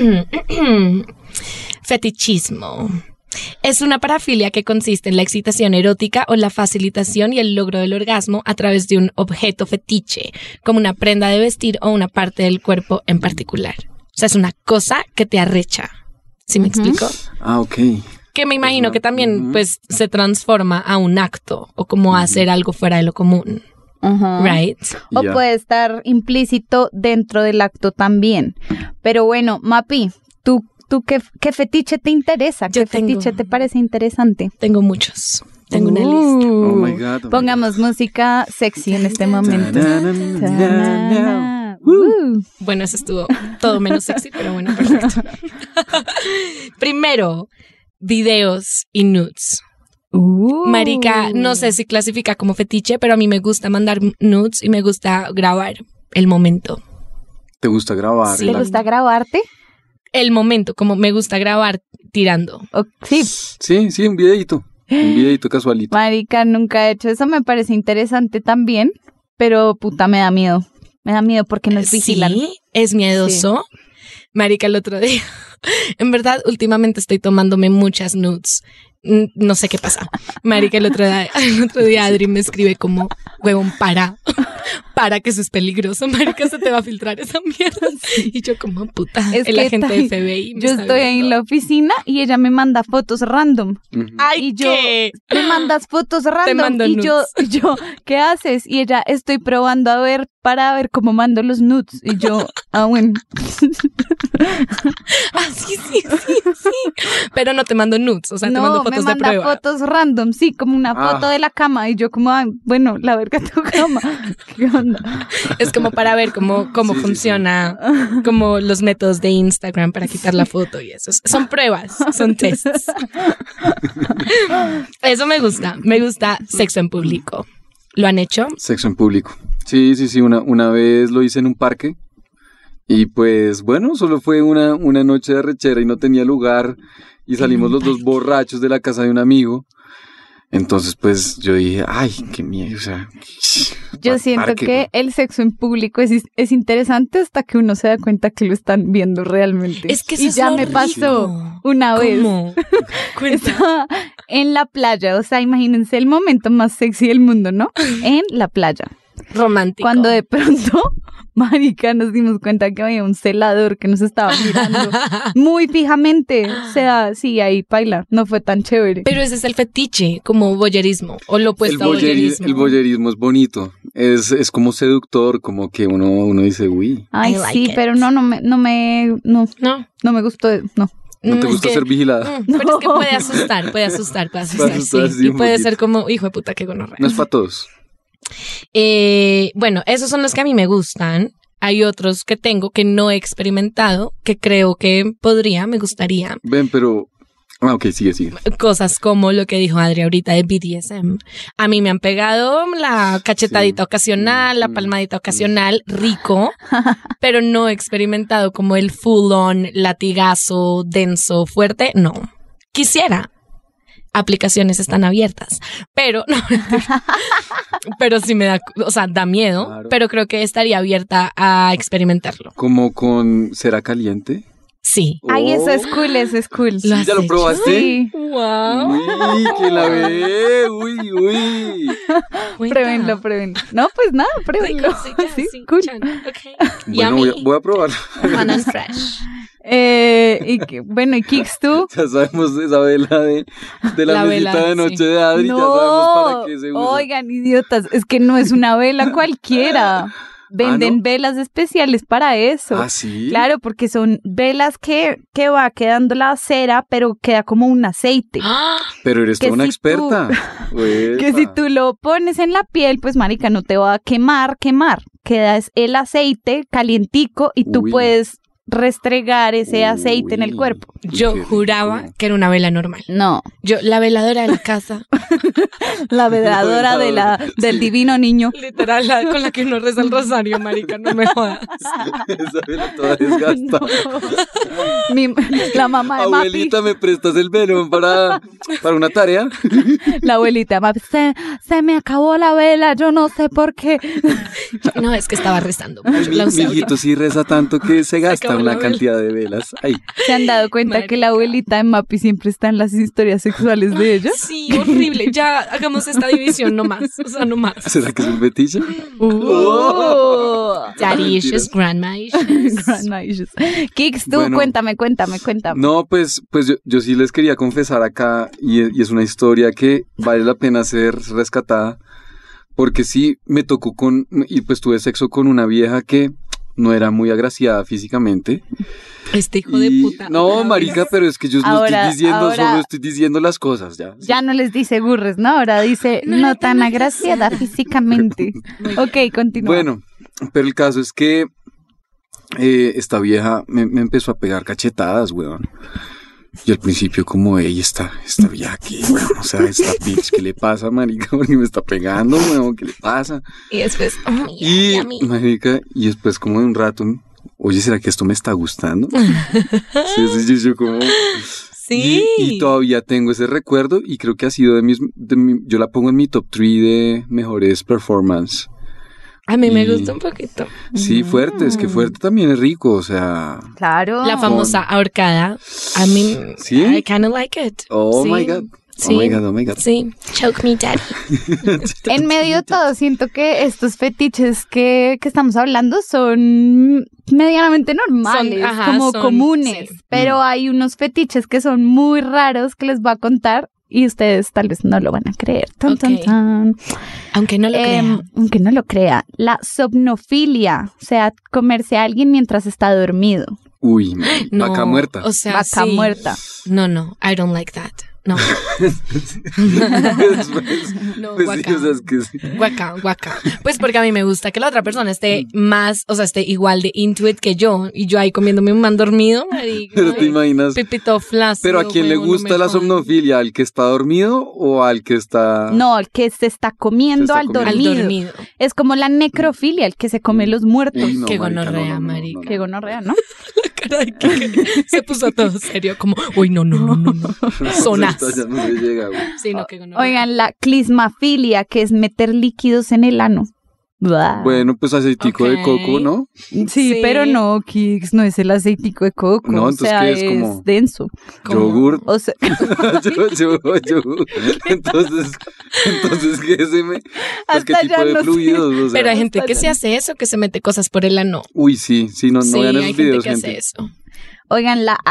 Speaker 5: Fetichismo. Es una parafilia que consiste en la excitación erótica o la facilitación y el logro del orgasmo a través de un objeto fetiche, como una prenda de vestir o una parte del cuerpo en particular. O sea, es una cosa que te arrecha. ¿Sí me explico?
Speaker 3: Ah, ok.
Speaker 5: Que me imagino
Speaker 3: Ujú,
Speaker 5: que también
Speaker 3: ujú.
Speaker 5: pues se transforma a un acto o como a hacer algo fuera de lo común. Right?
Speaker 2: O
Speaker 3: Ya.
Speaker 2: puede estar implícito dentro del acto también. Pero bueno, Mapi, ¿tú qué fetiche te interesa?
Speaker 5: Yo
Speaker 2: ¿Qué fetiche te parece interesante?
Speaker 5: Tengo muchos. Tengo una lista.
Speaker 3: Oh my God.
Speaker 2: Pongamos música sexy en este momento.
Speaker 3: Ta-na-na-na-na.
Speaker 5: Bueno, eso estuvo todo menos sexy, pero bueno, perfecto. Primero, videos y nudes. Marica, no sé si clasifica como fetiche, pero a mí me gusta mandar nudes y me gusta grabar el momento.
Speaker 3: ¿Te gusta grabar?
Speaker 5: Sí.
Speaker 2: ¿Te gusta grabarte?
Speaker 5: El momento, como me gusta grabar tirando.
Speaker 2: Sí.
Speaker 3: Sí, un videito casualito.
Speaker 2: Marica, nunca he hecho eso, me parece interesante también, pero puta, me da miedo. Me da miedo porque nos vigilan.
Speaker 5: Sí, es miedoso. Sí. Marica, el otro día, en verdad, últimamente estoy tomándome muchas nudes. No sé qué pasa. Marica, el otro día Adri me escribe como, huevón, para que eso es peligroso. Marica, se te va a filtrar esa mierda. Y yo como, puta,
Speaker 2: es
Speaker 5: el agente de FBI.
Speaker 2: Yo estoy ahí en la oficina y ella me manda fotos random.
Speaker 5: Ay,
Speaker 2: y yo, me mandas fotos random.
Speaker 5: Te mando
Speaker 2: y
Speaker 5: nudes.
Speaker 2: yo, ¿qué haces? Y ella, estoy probando para ver cómo mando los nudes. Y yo, bueno.
Speaker 5: Sí. Pero no te mando nudes, o sea, te mando fotos de prueba.
Speaker 2: Me manda fotos random, sí, como una foto de la cama. Y yo como, bueno, la verga tu cama. ¿Qué onda?
Speaker 5: Es como para ver cómo funciona, como los métodos de Instagram para quitar la foto y eso. Son pruebas, son tests. Eso me gusta sexo en público. ¿Lo han hecho?
Speaker 3: Sexo en público. Sí, una vez lo hice en un parque. Y pues bueno, solo fue una noche de rechera y no tenía lugar y salimos los dos borrachos de la casa de un amigo. Entonces pues yo dije, ay, qué miedo, o sea.
Speaker 2: Yo siento que el sexo en público es interesante hasta que uno se da cuenta que lo están viendo realmente.
Speaker 5: Es que eso
Speaker 2: y
Speaker 5: es
Speaker 2: ya
Speaker 5: horrible.
Speaker 2: Me pasó una vez.
Speaker 5: ¿Cómo?
Speaker 2: Estaba en la playa, o sea, imagínense el momento más sexy del mundo, ¿no? En la playa.
Speaker 5: Romántico.
Speaker 2: Cuando de pronto, marica, nos dimos cuenta que había un celador que nos estaba mirando muy fijamente. O sea, sí, ahí baila. No fue tan chévere.
Speaker 5: Pero ese es el fetiche, como voyerismo, o lo opuesto a voyerismo.
Speaker 3: El voyerismo es bonito. Es como seductor, como que uno dice, uy.
Speaker 2: Ay, sí, pero no me gustó, no.
Speaker 3: ¿No te gusta ser vigilada?
Speaker 5: Pero es que puede asustar, sí. Y puede ser como, hijo de puta, qué gonorrea.
Speaker 3: No es para todos.
Speaker 5: Bueno, esos son los que a mí me gustan. Hay otros que tengo que no he experimentado, que creo que me gustaría.
Speaker 3: Ven, pero... ok, sigue.
Speaker 5: Cosas como lo que dijo Adri ahorita de BDSM. A mí me han pegado la cachetadita ocasional, la palmadita ocasional, rico, pero no he experimentado como el full on latigazo denso, fuerte, no. Quisiera. Aplicaciones están abiertas, pero no, pero sí me da miedo, claro. Pero creo que estaría abierta a experimentarlo.
Speaker 3: ¿Como con cera caliente?
Speaker 5: Sí.
Speaker 2: Ay, eso es cool.
Speaker 3: ¿Ya lo probaste?
Speaker 2: Sí.
Speaker 5: Wow.
Speaker 3: Uy, que la ve. Uy.
Speaker 2: Pruébenlo. No, pues nada, pruébenlo.
Speaker 5: Sí,
Speaker 2: cool.
Speaker 5: Okay.
Speaker 3: Bueno, voy a probarlo.
Speaker 5: Fun and fresh.
Speaker 2: Y Kix, tú.
Speaker 3: Ya sabemos esa vela de la mesita
Speaker 5: vela,
Speaker 3: de noche
Speaker 5: sí.
Speaker 3: de Adri,
Speaker 2: No,
Speaker 3: ya sabemos para qué se usa.
Speaker 2: Oigan, idiotas, es que no es una vela cualquiera. Venden
Speaker 3: ¿no?
Speaker 2: velas especiales para eso.
Speaker 3: ¿Ah, sí?
Speaker 2: Claro, porque son velas que va quedando la cera, pero queda como un aceite.
Speaker 3: Pero eres toda una experta.
Speaker 2: Que si tú lo pones en la piel, pues marica, no te va a quemar. Queda el aceite calientico y tú puedes restregar ese aceite en el cuerpo.
Speaker 5: Yo juraba que era una vela normal.
Speaker 2: No.
Speaker 5: La veladora de la casa.
Speaker 2: La veladora del divino niño.
Speaker 5: Literal, con la que uno reza el rosario, marica, no me jodas.
Speaker 3: Esa vela toda desgastada.
Speaker 2: No. La mamá de
Speaker 3: Abuelita,
Speaker 2: Mapi.
Speaker 3: ¿me prestas el velón para una tarea?
Speaker 2: La abuelita, Mapi, se me acabó la vela, yo no sé por qué.
Speaker 5: No, es que estaba rezando.
Speaker 3: Mi hijito sí reza tanto que se gasta una cantidad de velas. Ay.
Speaker 2: ¿Se han dado cuenta que la abuelita de Mapi siempre está en las historias sexuales de ella?
Speaker 5: Sí, horrible. Ya hagamos esta división, no más. O sea, no más.
Speaker 3: ¿Será que es un fetiche?
Speaker 5: Daddy issues, grandma issues.
Speaker 2: Kix, tú,
Speaker 3: bueno,
Speaker 2: cuéntame.
Speaker 3: No, pues yo sí les quería confesar acá, y es una historia que vale la pena ser rescatada, porque sí me tocó y pues tuve sexo con una vieja que no era muy agraciada físicamente.
Speaker 5: Este hijo de puta.
Speaker 3: No, marica, pero es que yo no estoy diciendo, solo estoy diciendo las cosas, ya.
Speaker 2: Ya no les dice gurres, ¿no? Ahora dice no tan agraciada físicamente. Ok, continúa.
Speaker 3: Bueno, pero el caso es que esta vieja me empezó a pegar cachetadas, weón. Y al principio como, esta vieja aquí, weón, o sea, esta bitch, ¿qué le pasa, marica? Porque me está pegando, weón, ¿qué le pasa?
Speaker 5: Y después,
Speaker 3: marica, y después como de un rato, oye, ¿será que esto me está gustando? Sí, yo como...
Speaker 5: Sí.
Speaker 3: Y todavía tengo ese recuerdo y creo que ha sido yo la pongo en mi top 3 de mejores performance.
Speaker 5: A mí me gusta un poquito.
Speaker 3: Sí, fuerte, es que fuerte también es rico, o sea...
Speaker 2: Claro.
Speaker 5: La famosa ahorcada. I mean,
Speaker 3: ¿Sí?
Speaker 5: I kind of like it.
Speaker 3: Oh,
Speaker 5: sí.
Speaker 3: my God.
Speaker 5: Sí.
Speaker 3: Oh my God.
Speaker 5: Sí, choke me daddy.
Speaker 2: En medio de todo, siento que estos fetiches que estamos hablando son medianamente normales, como comunes,
Speaker 5: sí.
Speaker 2: pero hay unos fetiches que son muy raros que les voy a contar y ustedes tal vez no lo van a creer. Tan, tan, tan.
Speaker 5: Aunque no lo crea.
Speaker 2: Aunque no lo crea. La somnofilia, o sea, comerse a alguien mientras está dormido.
Speaker 3: Uy, vaca muerta.
Speaker 5: O sea,
Speaker 2: vaca muerta.
Speaker 5: No, I don't like that. No. No,
Speaker 3: pues
Speaker 5: guaca.
Speaker 3: sí, o sea, es que sí.
Speaker 5: Guaca. Pues porque a mí me gusta que la otra persona esté más, o sea, esté igual de into it que yo. Y yo ahí comiéndome un man dormido, marica.
Speaker 3: Pero te imaginas.
Speaker 5: Pipito flácido.
Speaker 3: Pero ¿a quién le gusta la somnofilia? ¿Al que está dormido o al que está...?
Speaker 2: No, el que se está comiendo al dormido.
Speaker 5: Al dormido.
Speaker 2: Es como la necrofilia, el que se come los muertos.
Speaker 3: Uy, no,
Speaker 5: Qué
Speaker 3: marica,
Speaker 5: gonorrea,
Speaker 3: no.
Speaker 2: Qué gonorrea, ¿no?
Speaker 5: La cara de que se puso todo serio, como, uy, no. Sonas.
Speaker 3: Ya no se llega, güey.
Speaker 5: Sí, no, qué gonorrea.
Speaker 2: Oigan, la clismafilia, que es meter líquidos en el ano. Blah.
Speaker 3: Bueno, pues aceitico de coco, ¿no?
Speaker 2: Sí, pero no, Kix, no es el aceitico de coco.
Speaker 3: No,
Speaker 2: o
Speaker 3: entonces,
Speaker 2: sea,
Speaker 3: ¿qué es? Como
Speaker 2: denso.
Speaker 3: yogur.
Speaker 2: O sea,
Speaker 3: Yogur. Entonces, ¿qué es ese? Pues, ¿qué
Speaker 2: Hasta
Speaker 3: tipo
Speaker 2: ya
Speaker 3: de
Speaker 2: no sé.
Speaker 3: fluidos? O sea,
Speaker 5: Pero hay gente que se hace eso, que se mete cosas por el ano.
Speaker 3: uy, sí, no
Speaker 5: Sí,
Speaker 3: vean
Speaker 5: hay
Speaker 3: esos
Speaker 5: gente
Speaker 3: videos,
Speaker 5: que hace eso.
Speaker 2: oigan, la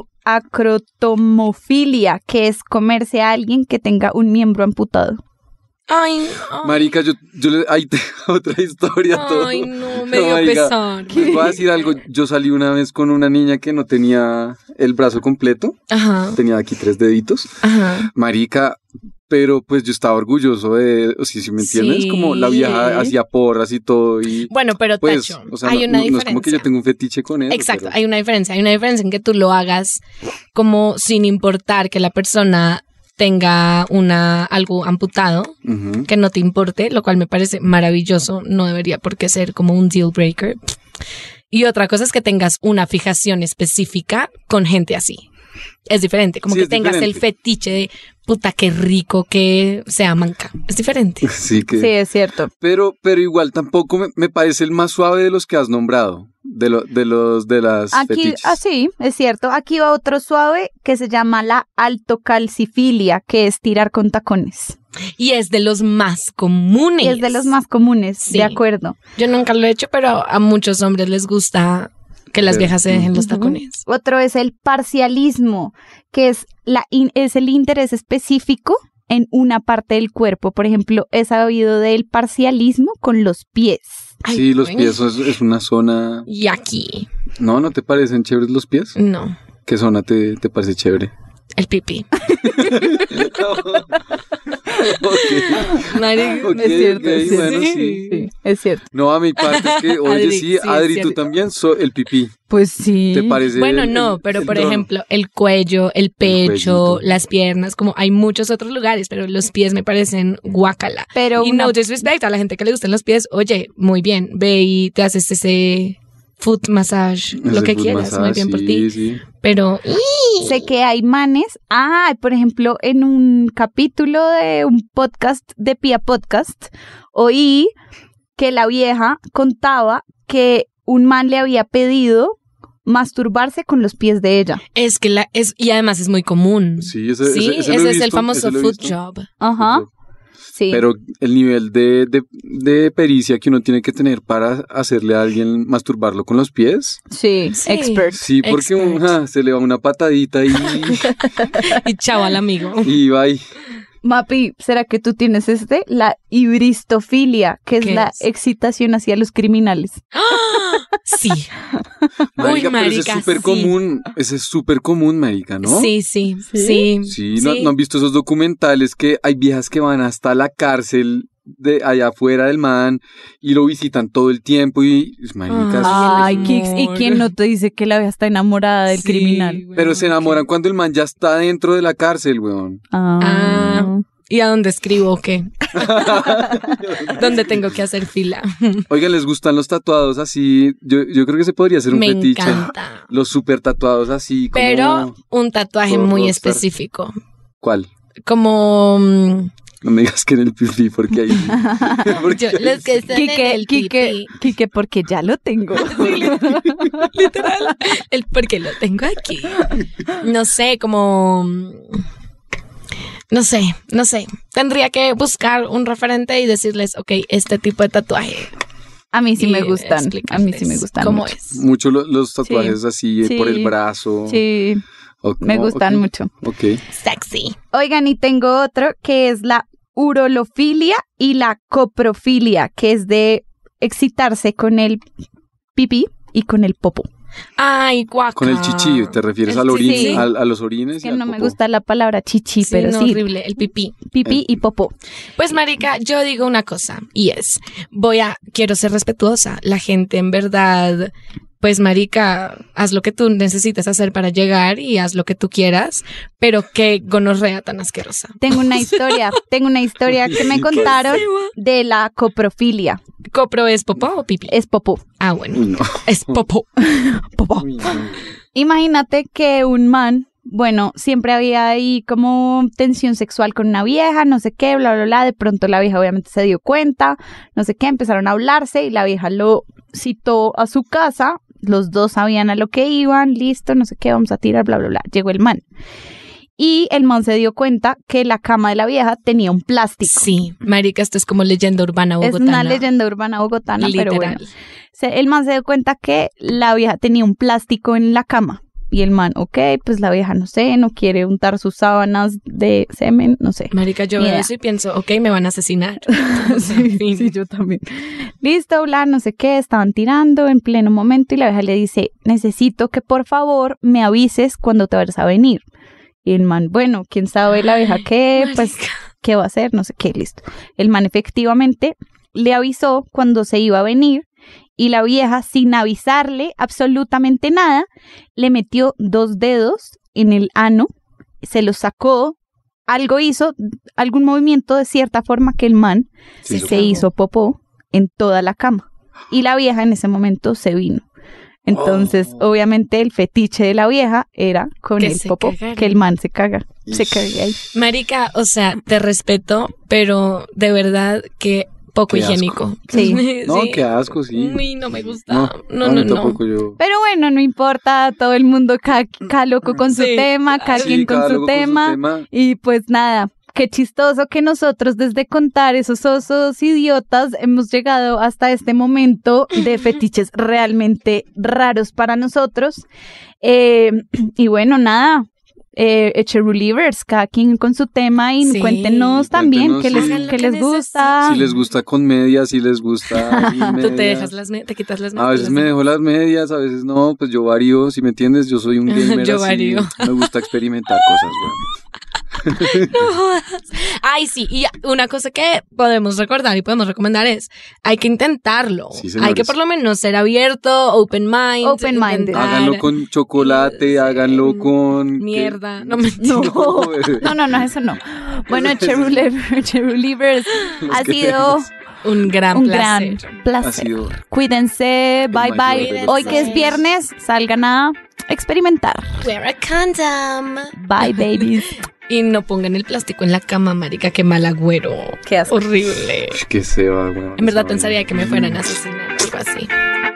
Speaker 2: acrotomofilia, que es comerse a alguien que tenga un miembro amputado.
Speaker 5: Ay,
Speaker 3: Marica, ahí tengo otra historia.
Speaker 5: Ay, no, me dio
Speaker 3: marica,
Speaker 5: pesar.
Speaker 3: Les voy a decir algo. Yo salí una vez con una niña que no tenía el brazo completo.
Speaker 5: Ajá.
Speaker 3: Tenía aquí 3 deditos.
Speaker 5: Ajá.
Speaker 3: Marica, pero pues yo estaba orgulloso de, o sea, si me entiendes,
Speaker 5: Sí.
Speaker 3: como la vieja hacía porras y todo y
Speaker 5: Bueno, pero
Speaker 3: pues,
Speaker 5: Tacho,
Speaker 3: o sea,
Speaker 5: hay una
Speaker 3: no
Speaker 5: diferencia.
Speaker 3: es como que yo tengo un fetiche con eso.
Speaker 5: Exacto,
Speaker 3: pero-
Speaker 5: hay una diferencia en que tú lo hagas como sin importar que la persona tenga algo amputado,
Speaker 3: Ujú.
Speaker 5: que no te importe, lo cual me parece maravilloso, no debería por qué ser como un deal breaker. Y otra cosa es que tengas una fijación específica con gente así. Es diferente, como
Speaker 3: Sí,
Speaker 5: que
Speaker 3: es
Speaker 5: tengas
Speaker 3: diferente.
Speaker 5: el fetiche de puta, qué rico que sea manca. Es diferente.
Speaker 3: Sí, que...
Speaker 2: Sí, es cierto.
Speaker 3: Pero igual tampoco me parece el más suave de los que has nombrado, de las
Speaker 2: Aquí,
Speaker 3: fetiches.
Speaker 2: sí, es cierto. Aquí va otro suave que se llama la altocalcifilia, que es tirar con tacones.
Speaker 5: Y es de los más comunes.
Speaker 2: Y es de los más comunes,
Speaker 5: Sí.
Speaker 2: de acuerdo.
Speaker 5: Yo nunca lo he hecho, pero a muchos hombres les gusta que las viejas se dejen los tacones.
Speaker 2: Otro es el parcialismo, que es es el interés específico en una parte del cuerpo. Por ejemplo, he sabido del parcialismo con los pies.
Speaker 5: Ay,
Speaker 3: Sí, los
Speaker 5: güey.
Speaker 3: pies es una zona...
Speaker 5: Y aquí,
Speaker 3: ¿No te parecen chéveres los pies?
Speaker 5: no,
Speaker 3: ¿Qué zona te parece chévere?
Speaker 5: el pipí.
Speaker 3: Ok.
Speaker 5: Marica,
Speaker 3: Ok,
Speaker 2: Es cierto,
Speaker 3: ok,
Speaker 2: es cierto.
Speaker 3: bueno, sí.
Speaker 2: Sí, es cierto.
Speaker 3: No, a mi parte es que, oye,
Speaker 5: Adri,
Speaker 3: sí,
Speaker 5: sí, es
Speaker 3: Adri, tú
Speaker 5: cierto.
Speaker 3: también, el pipí.
Speaker 2: Pues sí.
Speaker 3: ¿Te parece?
Speaker 5: Bueno,
Speaker 3: el-
Speaker 5: no, pero
Speaker 3: el
Speaker 5: por
Speaker 3: trono?
Speaker 5: ejemplo, el cuello, el pecho,
Speaker 3: cuellito.
Speaker 5: las piernas, como hay muchos otros lugares, pero los pies me parecen guácala.
Speaker 2: Pero
Speaker 5: Y no disrespect a la gente que le gustan los pies, oye, muy bien, ve y te haces ese foot massage, lo
Speaker 3: Ese
Speaker 5: que
Speaker 3: foot
Speaker 5: quieras, muy
Speaker 3: massage,
Speaker 5: bien por
Speaker 3: sí,
Speaker 5: ti.
Speaker 3: sí.
Speaker 5: Pero
Speaker 2: sé que hay manes. Por ejemplo, en un capítulo de un podcast de Pia Podcast, oí que la vieja contaba que un man le había pedido masturbarse con los pies de ella.
Speaker 5: es que y además es muy común.
Speaker 3: Sí, ese
Speaker 5: Sí,
Speaker 3: lo he
Speaker 5: ese es el
Speaker 3: visto,
Speaker 5: famoso
Speaker 3: ese lo he
Speaker 5: foot
Speaker 3: visto.
Speaker 5: job.
Speaker 2: Ajá. Sí.
Speaker 3: Pero el nivel de pericia que uno tiene que tener para hacerle a alguien masturbarlo con los pies.
Speaker 2: Sí,
Speaker 5: Sí.
Speaker 2: expert.
Speaker 3: Sí, porque
Speaker 5: Expert.
Speaker 3: se le va una patadita
Speaker 5: Y chao al amigo.
Speaker 3: y va y...
Speaker 2: Mapi, ¿será que tú tienes la ibristofilia, que es
Speaker 5: ¿Qué
Speaker 2: la
Speaker 5: es?
Speaker 2: excitación hacia los criminales?
Speaker 5: Sí.
Speaker 3: Marica, pero ese
Speaker 5: marica,
Speaker 3: es súper
Speaker 5: sí.
Speaker 3: común. Ese es súper común, marica, ¿no?
Speaker 5: Sí.
Speaker 3: Sí, ¿no han visto esos documentales que hay viejas que van hasta la cárcel de allá afuera del man y lo visitan todo el tiempo y maricas.
Speaker 2: Ay, Kix, ¿y
Speaker 5: amor.
Speaker 2: quién no te dice que la vieja está enamorada del
Speaker 5: Sí,
Speaker 2: criminal?
Speaker 5: weón,
Speaker 3: Pero se enamoran
Speaker 5: ¿qué?
Speaker 3: cuando el man ya está dentro de la cárcel, weón.
Speaker 5: ¿Y a dónde escribo o qué? ¿Dónde tengo que hacer fila?
Speaker 3: Oigan, ¿les gustan los tatuados así? Yo creo que se podría hacer un
Speaker 5: Me
Speaker 3: fetiche.
Speaker 5: encanta.
Speaker 3: Los super tatuados así como...
Speaker 5: Pero un tatuaje
Speaker 3: Por
Speaker 5: muy
Speaker 3: rockstar.
Speaker 5: específico.
Speaker 3: ¿Cuál?
Speaker 5: Como...
Speaker 3: No me digas que en el pipí, porque ahí... porque
Speaker 5: los que están en el pipí.
Speaker 2: Quique, porque ya lo tengo.
Speaker 5: Literal. Porque lo tengo aquí. No sé, como... No sé. Tendría que buscar un referente y decirles, ok, este tipo de tatuaje.
Speaker 2: A mí sí
Speaker 5: Y
Speaker 2: me gustan. A mí sí me
Speaker 5: explicarles
Speaker 2: gustan.
Speaker 5: ¿Cómo
Speaker 2: mucho.
Speaker 5: es?
Speaker 3: Mucho los tatuajes así
Speaker 2: Sí.
Speaker 3: por el brazo.
Speaker 2: Sí, me gustan mucho.
Speaker 3: Ok.
Speaker 5: Sexy.
Speaker 2: Oigan, y tengo otro que es la urolofilia y la coprofilia, que es de excitarse con el pipí y con el popo.
Speaker 5: Ay, guaca.
Speaker 3: Con el chichi, ¿te refieres
Speaker 5: El
Speaker 3: al orín,
Speaker 2: chichi.
Speaker 3: a los orines?
Speaker 2: Es
Speaker 3: y
Speaker 2: que
Speaker 3: al
Speaker 2: no me
Speaker 3: popó?
Speaker 2: gusta la palabra chichi,
Speaker 5: Sí,
Speaker 2: pero
Speaker 5: no,
Speaker 2: sí,
Speaker 5: horrible, el pipí.
Speaker 2: pipí y popó.
Speaker 5: Pues, marica, yo digo una cosa, y es, quiero ser respetuosa. La gente, en verdad, pues, marica, haz lo que tú necesites hacer para llegar y haz lo que tú quieras, pero qué gonorrea tan asquerosa.
Speaker 2: Tengo una historia que me contaron de la coprofilia.
Speaker 5: ¿Copro es popó o pipí?
Speaker 2: Es popó.
Speaker 5: Ah, bueno,
Speaker 3: Uy, no.
Speaker 5: es popó.
Speaker 2: Popó.
Speaker 3: Uy, no.
Speaker 2: Imagínate que un man, bueno, siempre había ahí como tensión sexual con una vieja, no sé qué, bla, bla, bla. De pronto la vieja obviamente se dio cuenta, no sé qué, empezaron a hablarse y la vieja lo citó a su casa. Los dos sabían a lo que iban, listo, no sé qué, vamos a tirar, bla, bla, bla. Llegó el man. Y el man se dio cuenta que la cama de la vieja tenía un plástico.
Speaker 5: Sí, marica, esto es como leyenda urbana
Speaker 2: Es
Speaker 5: bogotana.
Speaker 2: una leyenda urbana bogotana, pero
Speaker 5: Literal.
Speaker 2: bueno. El man se dio cuenta que la vieja tenía un plástico en la cama. Y el man, ok, pues la vieja, no sé, no quiere untar sus sábanas de semen, no sé.
Speaker 5: Marica, yo
Speaker 2: Ni
Speaker 5: veo
Speaker 2: idea.
Speaker 5: eso y pienso, ok, me van a asesinar.
Speaker 2: Sí, yo también. Listo, bla, no sé qué, estaban tirando en pleno momento y la vieja le dice, necesito que por favor me avises cuando te vayas a venir. Y el man, bueno, quién sabe la vieja qué, pues,
Speaker 5: Marica.
Speaker 2: qué va a hacer, no sé qué, listo. El man efectivamente le avisó cuando se iba a venir y la vieja, sin avisarle absolutamente nada, le metió 2 dedos en el ano, se los sacó, algo hizo, algún movimiento de cierta forma que el man
Speaker 3: Sí,
Speaker 2: se hizo popó en toda la cama. Y la vieja en ese momento se vino. Entonces, obviamente, el fetiche de la vieja era con
Speaker 5: Que
Speaker 2: el
Speaker 5: se
Speaker 2: popó,
Speaker 5: cagara.
Speaker 2: que el man se caga. Se
Speaker 3: Ish.
Speaker 2: caga ahí.
Speaker 5: Marica, o sea, te respeto, pero de verdad que poco
Speaker 3: Qué asco.
Speaker 5: higiénico.
Speaker 2: Sí.
Speaker 3: No,
Speaker 5: Sí.
Speaker 3: qué asco, sí.
Speaker 5: Uy, no me gusta.
Speaker 3: No,
Speaker 5: No,
Speaker 3: a mí
Speaker 5: no.
Speaker 3: tampoco yo.
Speaker 2: Pero bueno, no importa, todo el mundo cada loco con su
Speaker 5: Sí.
Speaker 2: tema, cada
Speaker 3: Sí,
Speaker 2: quien con
Speaker 3: cada
Speaker 2: su
Speaker 3: loco
Speaker 2: tema. Y pues nada, qué chistoso que nosotros desde contar esos osos idiotas hemos llegado hasta este momento de fetiches realmente raros para nosotros. Y bueno, nada. Cherulivers, cada quien con su tema y
Speaker 5: Sí.
Speaker 2: cuéntenos también
Speaker 3: Cuéntenos,
Speaker 2: qué
Speaker 3: sí.
Speaker 2: qué les gusta.
Speaker 3: Si les gusta con medias, si les gusta sin
Speaker 5: Tú
Speaker 3: medias.
Speaker 5: te dejas te quitas las medias.
Speaker 3: A veces me dejo las medias, a veces no, pues yo varío, si me entiendes, yo soy un gamer
Speaker 5: Yo
Speaker 3: así,
Speaker 5: varío.
Speaker 3: me gusta experimentar cosas, güey.
Speaker 5: No jodas. Ay, sí, y una cosa que podemos recordar y podemos recomendar es, hay que intentarlo.
Speaker 3: Sí, señores.
Speaker 5: Hay que por lo menos ser abierto, open mind.
Speaker 2: Open-minded.
Speaker 5: intentar-
Speaker 3: Háganlo con chocolate,
Speaker 5: Sí.
Speaker 3: háganlo con...
Speaker 5: Mierda, no
Speaker 3: me
Speaker 5: me...
Speaker 2: No, eso no. Bueno, Cherulivers ha sido
Speaker 5: Un gran
Speaker 2: un
Speaker 5: placer.
Speaker 2: gran
Speaker 3: Ha
Speaker 2: placer.
Speaker 3: sido
Speaker 2: Cuídense, bye
Speaker 3: mayor
Speaker 2: bye.
Speaker 3: de los
Speaker 2: Hoy que es
Speaker 5: placeres.
Speaker 2: viernes, salgan a experimentar.
Speaker 5: Wear a condom.
Speaker 2: Bye babies.
Speaker 5: Y no pongan el plástico en la cama, marica, qué mal agüero.
Speaker 2: Qué asco.
Speaker 5: Horrible.
Speaker 3: que se va, güey.
Speaker 5: En verdad pensaría que me fueran a asesinar o algo así.